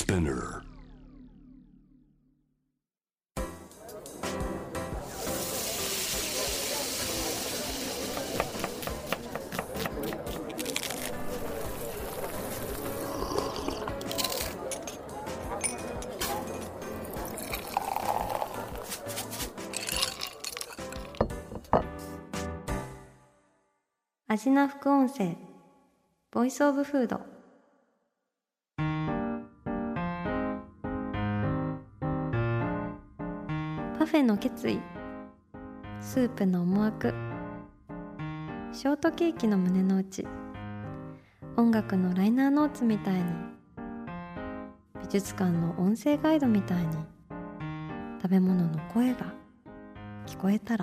Spinner。 味な副音声ボイスオブフード。パフェの決意、スープの思惑、ショートケーキの胸の内、音楽のライナーノーツみたいに、美術館の音声ガイドみたいに、食べ物の声が聞こえたら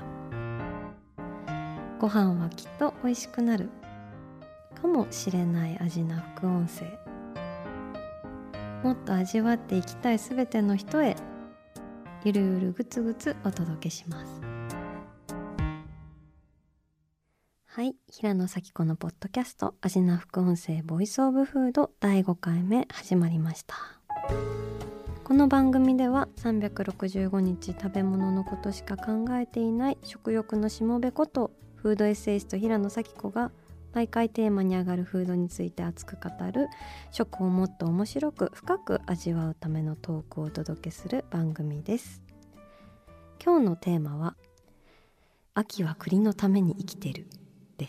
ご飯はきっと美味しくなるかもしれない味な副音声。もっと味わっていきたいすべての人へ、ゆるゆるぐつぐつお届けします。はい、平野咲子のポッドキャスト味な副音声ボイスオブフード第5回目始まりました。この番組では365日食べ物のことしか考えていない食欲のしもべことフードエッセイスト平野咲子が毎回テーマに上がるフードについて熱く語る、食をもっと面白く深く味わうためのトークをお届けする番組です。今日のテーマは秋は栗のために生きてるです。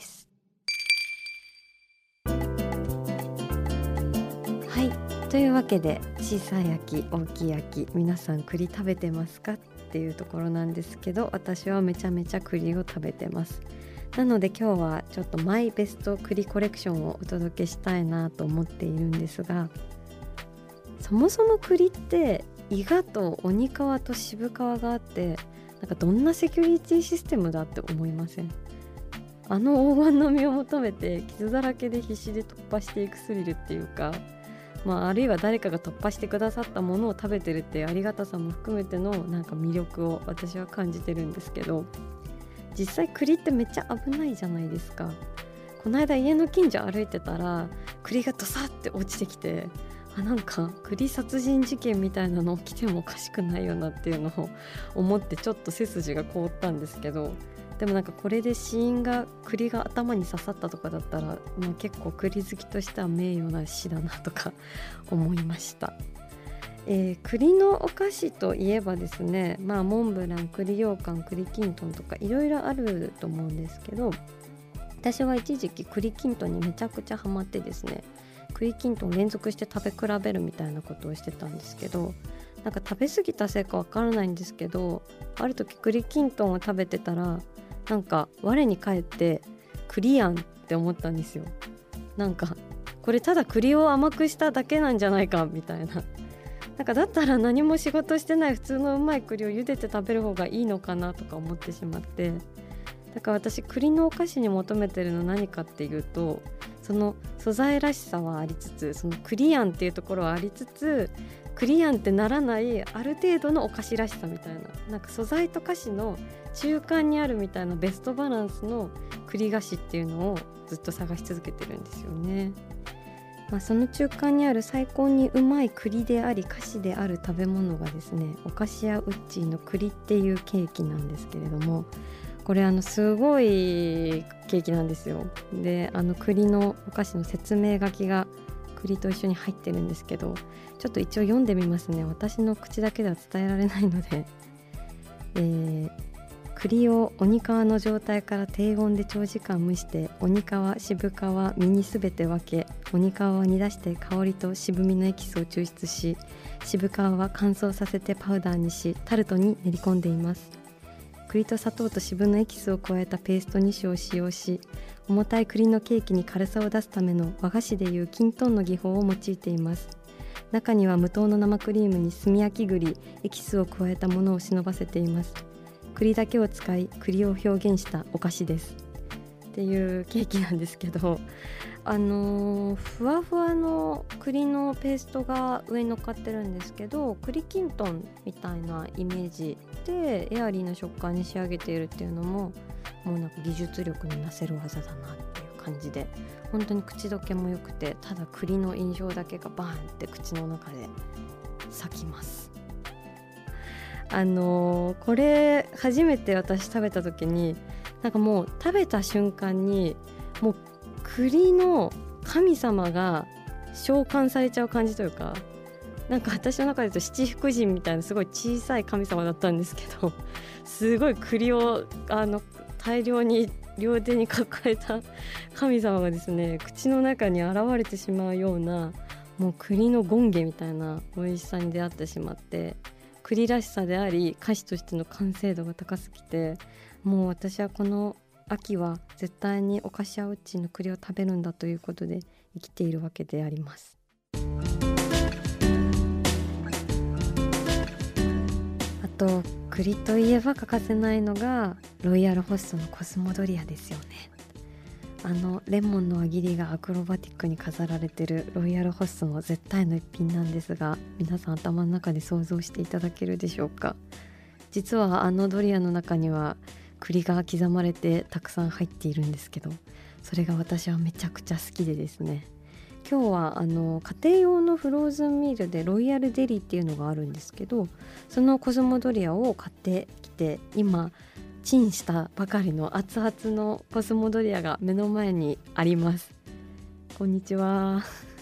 はい、というわけで小さい秋大きい秋、皆さん栗食べてますかっていうところなんですけど、私はめちゃめちゃ栗を食べてます。なので今日はちょっとマイベスト栗コレクションをお届けしたいなと思っているんですが、そもそも栗ってイガと鬼皮と渋皮があって、なんかどんなセキュリティシステムだって思いません？あの黄金の実を求めて傷だらけで必死で突破していくスリルっていうか、あるいは誰かが突破してくださったものを食べてるっていうありがたさも含めてのなんか魅力を私は感じてるんですけど、実際栗ってめっちゃ危ないじゃないですか。この間家の近所歩いてたら栗がドサって落ちてきて、なんか栗殺人事件みたいなの起きてもおかしくないよなっていうのを思ってちょっと背筋が凍ったんですけど、でもなんかこれで死因が栗が頭に刺さったとかだったら、結構栗好きとしては名誉な死だなとか思いました。栗のお菓子といえばですね、モンブラン、栗羊羹、栗きんとんとかいろいろあると思うんですけど、私は一時期栗きんとんにめちゃくちゃハマってですね、栗きんとん連続して食べ比べるみたいなことをしてたんですけど、なんか食べ過ぎたせいかわからないんですけど、ある時栗きんとんを食べてたらなんか我に返って栗やんって思ったんですよ。なんかこれただ栗を甘くしただけなんじゃないかみたいな、なんかだったら何も仕事してない普通のうまい栗を茹でて食べる方がいいのかなとか思ってしまって、だから私栗のお菓子に求めてるの何かっていうと、その素材らしさはありつつ、その栗やんっていうところはありつつ、栗やんってならないある程度のお菓子らしさみたいな、なんか素材と菓子の中間にあるみたいなベストバランスの栗菓子っていうのをずっと探し続けてるんですよね。その中間にある最高にうまい栗であり菓子である食べ物がですね、お菓子屋ウッチーの栗っていうケーキなんですけれども、これすごいケーキなんですよ。で栗のお菓子の説明書きが栗と一緒に入ってるんですけど、ちょっと一応読んでみますね。私の口だけでは伝えられないので、栗を鬼皮の状態から低温で長時間蒸して、鬼皮、渋皮、実にすべて分け、鬼皮は煮出して香りと渋みのエキスを抽出し、渋皮は乾燥させてパウダーにし、タルトに練り込んでいます。栗と砂糖と渋のエキスを加えたペースト2種を使用し、重たい栗のケーキに軽さを出すための和菓子でいうきんとんの技法を用いています。中には無糖の生クリームに炭焼き栗、エキスを加えたものを忍ばせています。栗だけを使い栗を表現したお菓子ですっていうケーキなんですけど、ふわふわの栗のペーストが上に乗っかってるんですけど、栗きんとんみたいなイメージでエアリーな食感に仕上げているっていうのも、もうなんか技術力のなせる技だなっていう感じで、本当に口どけも良くて、ただ栗の印象だけがバーンって口の中で咲きます。これ初めて私食べた時に、なんかもう食べた瞬間にもう栗の神様が召喚されちゃう感じというか、なんか私の中で言うと七福神みたいなすごい小さい神様だったんですけど、すごい栗を大量に両手に抱えた神様がですね、口の中に現れてしまうような、もう栗の権化みたいな美味しさに出会ってしまって、栗らしさであり菓子としての完成度が高すぎて、もう私はこの秋は絶対にお菓子屋ウッチーの栗を食べるんだということで生きているわけであります。あと栗といえば欠かせないのがロイヤルホストのコスモドリアですよね。レモンの輪切りがアクロバティックに飾られてるロイヤルホストの絶対の一品なんですが、皆さん頭の中で想像していただけるでしょうか。実はドリアの中には栗が刻まれてたくさん入っているんですけど、それが私はめちゃくちゃ好きでですね、今日は家庭用のフローズンミールでロイヤルデリっていうのがあるんですけど、そのコスモドリアを買ってきて、今チンしたばかりの熱々のコスモドリアが目の前にあります。こんにちは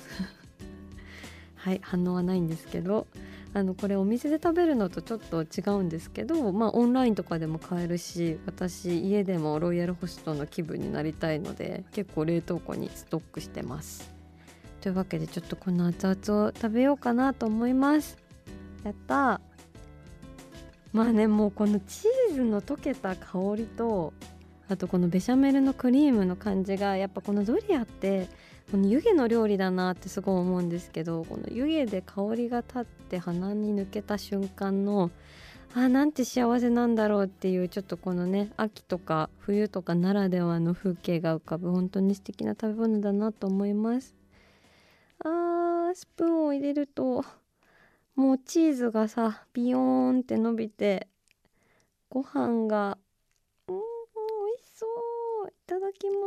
はい、反応はないんですけど、これお店で食べるのとちょっと違うんですけど、オンラインとかでも買えるし、私家でもロイヤルホストの気分になりたいので結構冷凍庫にストックしてます。というわけでちょっとこの熱々を食べようかなと思います。やったー。もうこのチーズの溶けた香りと、あとこのベシャメルのクリームの感じが、やっぱこのドリアってこの湯気の料理だなってすごい思うんですけど、この湯気で香りが立って鼻に抜けた瞬間のなんて幸せなんだろうっていう、ちょっとこのね、秋とか冬とかならではの風景が浮かぶ本当に素敵な食べ物だなと思います。スプーンを入れるともうチーズがさビヨーンって伸びて、ご飯が美味しそう。いただきます。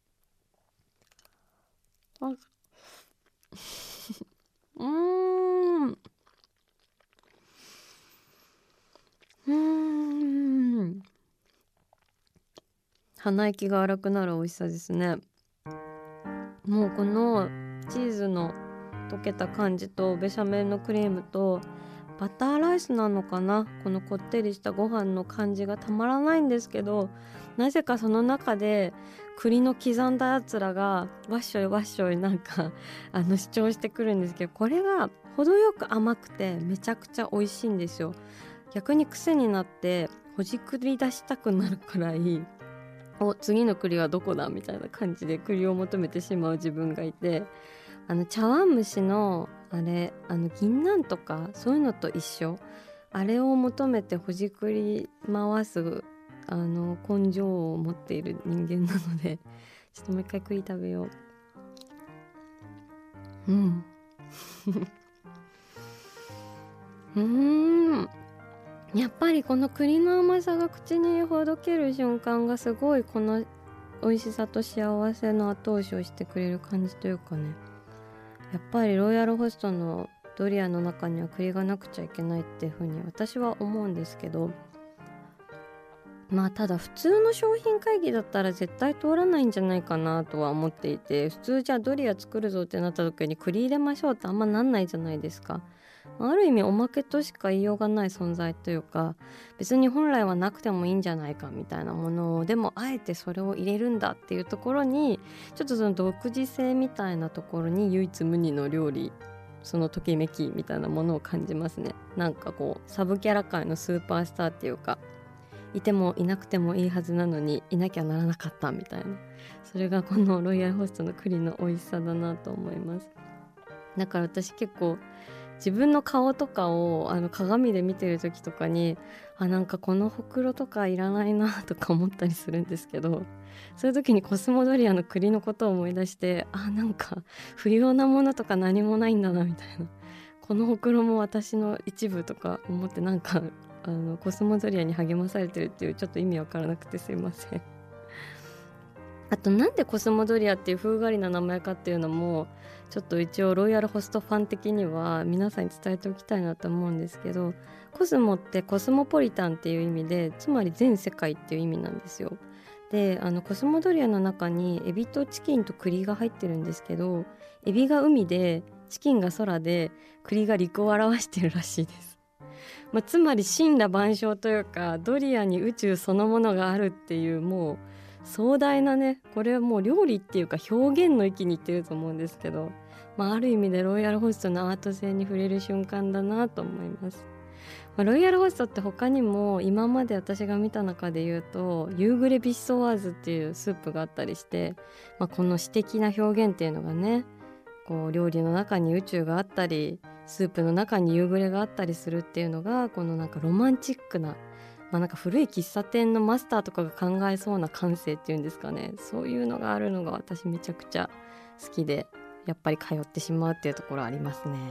鼻息が荒くなる美味しさですね。もうこのチーズの溶けた感じとベシャメルのクリームとバターライスなのかな、このこってりしたご飯の感じがたまらないんですけど、なぜかその中で栗の刻んだやつらがわっしょいわっしょいなんか主張してくるんですけど、これが程よく甘くてめちゃくちゃ美味しいんですよ。逆に癖になってほじくり出したくなるくらい、次の栗はどこだみたいな感じで栗を求めてしまう自分がいて、茶碗蒸しの銀杏とかそういうのと一緒、あれを求めてほじくり回す根性を持っている人間なので、ちょっともう一回栗食べよう。やっぱりこの栗の甘さが口にほどける瞬間がすごいこの美味しさと幸せの後押しをしてくれる感じというかね。やっぱりロイヤルホストのドリアの中には栗がなくちゃいけないっていう風に私は思うんですけど、ただ普通の商品会議だったら絶対通らないんじゃないかなとは思っていて、普通じゃあドリア作るぞってなった時に栗入れましょうってあんまなんないじゃないですか。ある意味おまけとしか言いようがない存在というか、別に本来はなくてもいいんじゃないかみたいなものを、でもあえてそれを入れるんだっていうところに、ちょっとその独自性みたいなところに唯一無二の料理、そのときめきみたいなものを感じますね。なんかこうサブキャラ界のスーパースターっていうか、いてもいなくてもいいはずなのにいなきゃならなかったみたいな、それがこのロイヤルホストの栗の美味しさだなと思います。だから私結構自分の顔とかを鏡で見てる時とかに、なんかこのほくろとかいらないなとか思ったりするんですけど、そういう時にコスモドリアの栗のことを思い出して、なんか不要なものとか何もないんだなみたいな、このほくろも私の一部とか思って、なんかコスモドリアに励まされてるっていう、ちょっと意味わからなくてすいません。 あとなんでコスモドリアっていう風変わりな名前かっていうのもちょっと一応ロイヤルホストファン的には皆さんに伝えておきたいなと思うんですけど、コスモってコスモポリタンっていう意味で、つまり全世界っていう意味なんですよ。でコスモドリアの中にエビとチキンと栗が入ってるんですけど、エビが海でチキンが空で栗が陸を表してるらしいです。つまり神羅万象というか、ドリアに宇宙そのものがあるっていう、もう壮大なね、これはもう料理っていうか表現の域にいってると思うんですけど、ある意味でロイヤルホストのアート性に触れる瞬間だなと思います。ロイヤルホストって他にも今まで私が見た中で言うと、夕暮れビシソワーズっていうスープがあったりして、この詩的な表現っていうのがね、こう料理の中に宇宙があったり、スープの中に夕暮れがあったりするっていうのが、このなんかロマンチックな、なんか古い喫茶店のマスターとかが考えそうな感性っていうんですかね、そういうのがあるのが私めちゃくちゃ好きで、やっぱり通ってしまうっていうところありますね。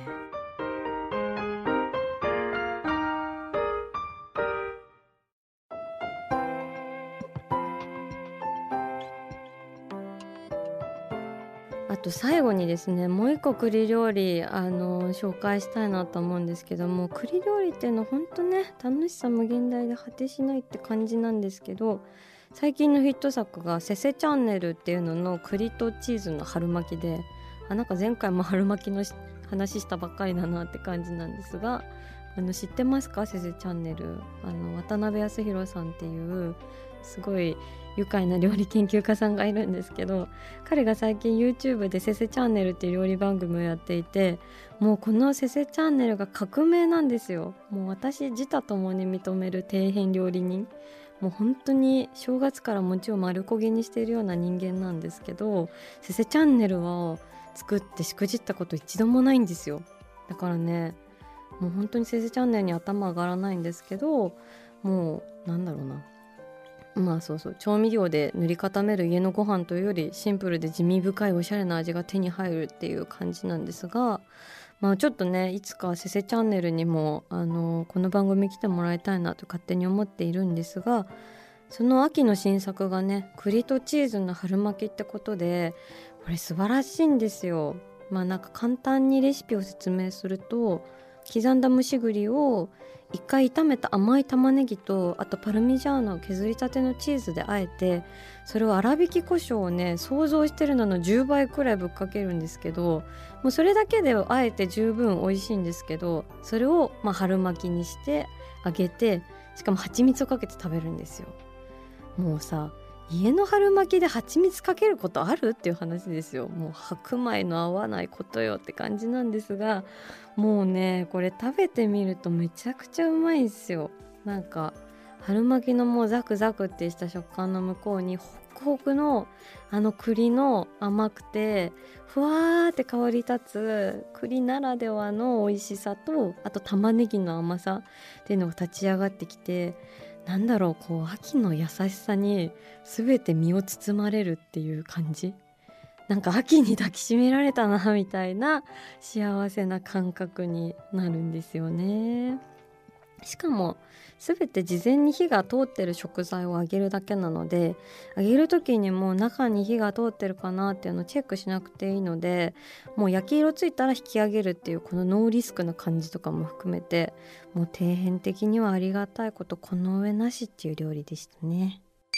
あと最後にですね、もう一個栗料理紹介したいなと思うんですけども、栗料理っていうのは本当ね、楽しさ無限大で果てしないって感じなんですけど、最近のヒット作がせせチャンネルっていうのの栗とチーズの春巻きで、なんか前回も春巻きの話したばっかりだなって感じなんですが、知ってますか？せせチャンネル。渡辺康弘さんっていうすごい愉快な料理研究家さんがいるんですけど、彼が最近 YouTube でせせチャンネルっていう料理番組をやっていて、もうこのせせチャンネルが革命なんですよ。もう私自他ともに認める底辺料理人、もう本当に正月から餅を丸焦げにしているような人間なんですけど、せせチャンネルを作ってしくじったこと一度もないんですよ。だからね、もう本当にせせチャンネルに頭上がらないんですけど、もうなんだろうな、そう調味料で塗り固める家のご飯というよりシンプルで地味深いおしゃれな味が手に入るっていう感じなんですが、ちょっとね、いつかせせチャンネルにもこの番組来てもらいたいなと勝手に思っているんですが、その秋の新作がね、栗とチーズの春巻きってことで、これ素晴らしいんですよ。なんか簡単にレシピを説明すると、刻んだ蒸し栗を一回炒めた甘い玉ねぎと、あとパルミジャーノ削りたてのチーズで和えて、それを粗挽き胡椒をね、想像してるのの10倍くらいぶっかけるんですけど、もうそれだけであえて十分美味しいんですけど、それを春巻きにして揚げて、しかも蜂蜜をかけて食べるんですよ。もうさ、家の春巻きで蜂蜜かけることあるっていう話ですよ。もう白米の合わないことよって感じなんですが、もうね、これ食べてみるとめちゃくちゃうまいんですよ。なんか春巻きのもうザクザクってした食感の向こうに、ホクホクの栗の甘くてふわーって香り立つ栗ならではの美味しさと、あと玉ねぎの甘さっていうのが立ち上がってきて、なんだろう、こう秋の優しさに全て身を包まれるっていう感じ、なんか秋に抱きしめられたなみたいな幸せな感覚になるんですよね。しかも全て事前に火が通ってる食材を揚げるだけなので、揚げる時にも中に火が通ってるかなっていうのをチェックしなくていいので、もう焼き色ついたら引き上げるっていうこのノーリスクな感じとかも含めて、もう底辺的にはありがたいことこの上なしっていう料理でしたね。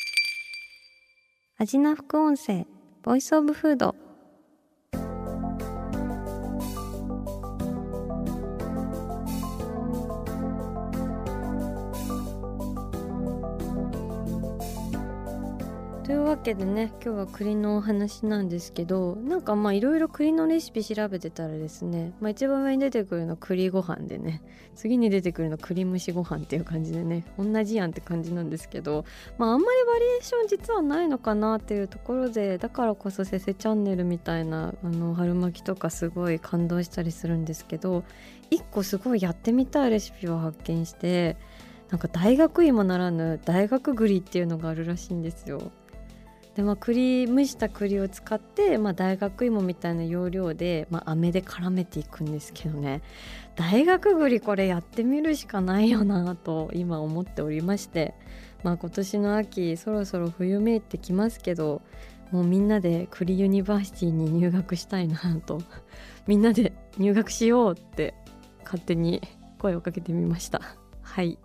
味な副音声、ボイスオブフード。というわけでね、今日は栗のお話なんですけど、なんかいろいろ栗のレシピ調べてたらですね、一番上に出てくるの栗ご飯でね、次に出てくるの栗蒸しご飯っていう感じでね、同じやんって感じなんですけど、あんまりバリエーション実はないのかなっていうところで、だからこそせせチャンネルみたいな春巻きとかすごい感動したりするんですけど、一個すごいやってみたいレシピを発見して、なんか大学芋ならぬ大学栗っていうのがあるらしいんですよ。で蒸した栗を使って、大学芋みたいな要領で、飴で絡めていくんですけどね、大学栗これやってみるしかないよなと今思っておりまして、今年の秋そろそろ冬めいてきますけど、 もうみんなで栗ユニバーシティに入学したいなとみんなで入学しようって勝手に声をかけてみました。はい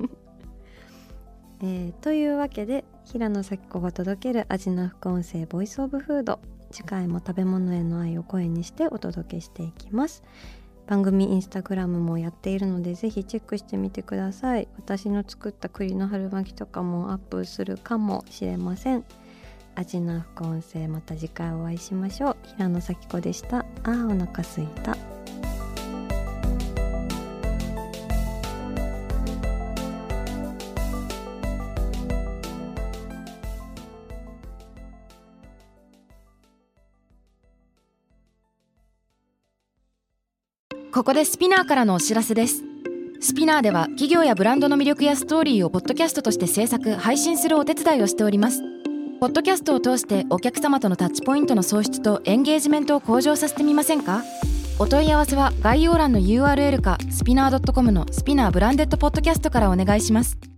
というわけで、平野咲子が届ける味な副音声ボイスオブフード、次回も食べ物への愛を声にしてお届けしていきます。番組インスタグラムもやっているのでぜひチェックしてみてください。私の作った栗の春巻きとかもアップするかもしれません。味な副音声、また次回お会いしましょう。平野咲子でした。お腹すいた。 ここでスピナーからのお知らせです。スピナーでは企業やブランドの魅力やストーリーをポッドキャストとして制作・配信するお手伝いをしております。ポッドキャストを通してお客様とのタッチポイントの創出とエンゲージメントを向上させてみませんか？お問い合わせは概要欄の URL かスピナー .com のスピナーブランデッドポッドキャストからお願いします。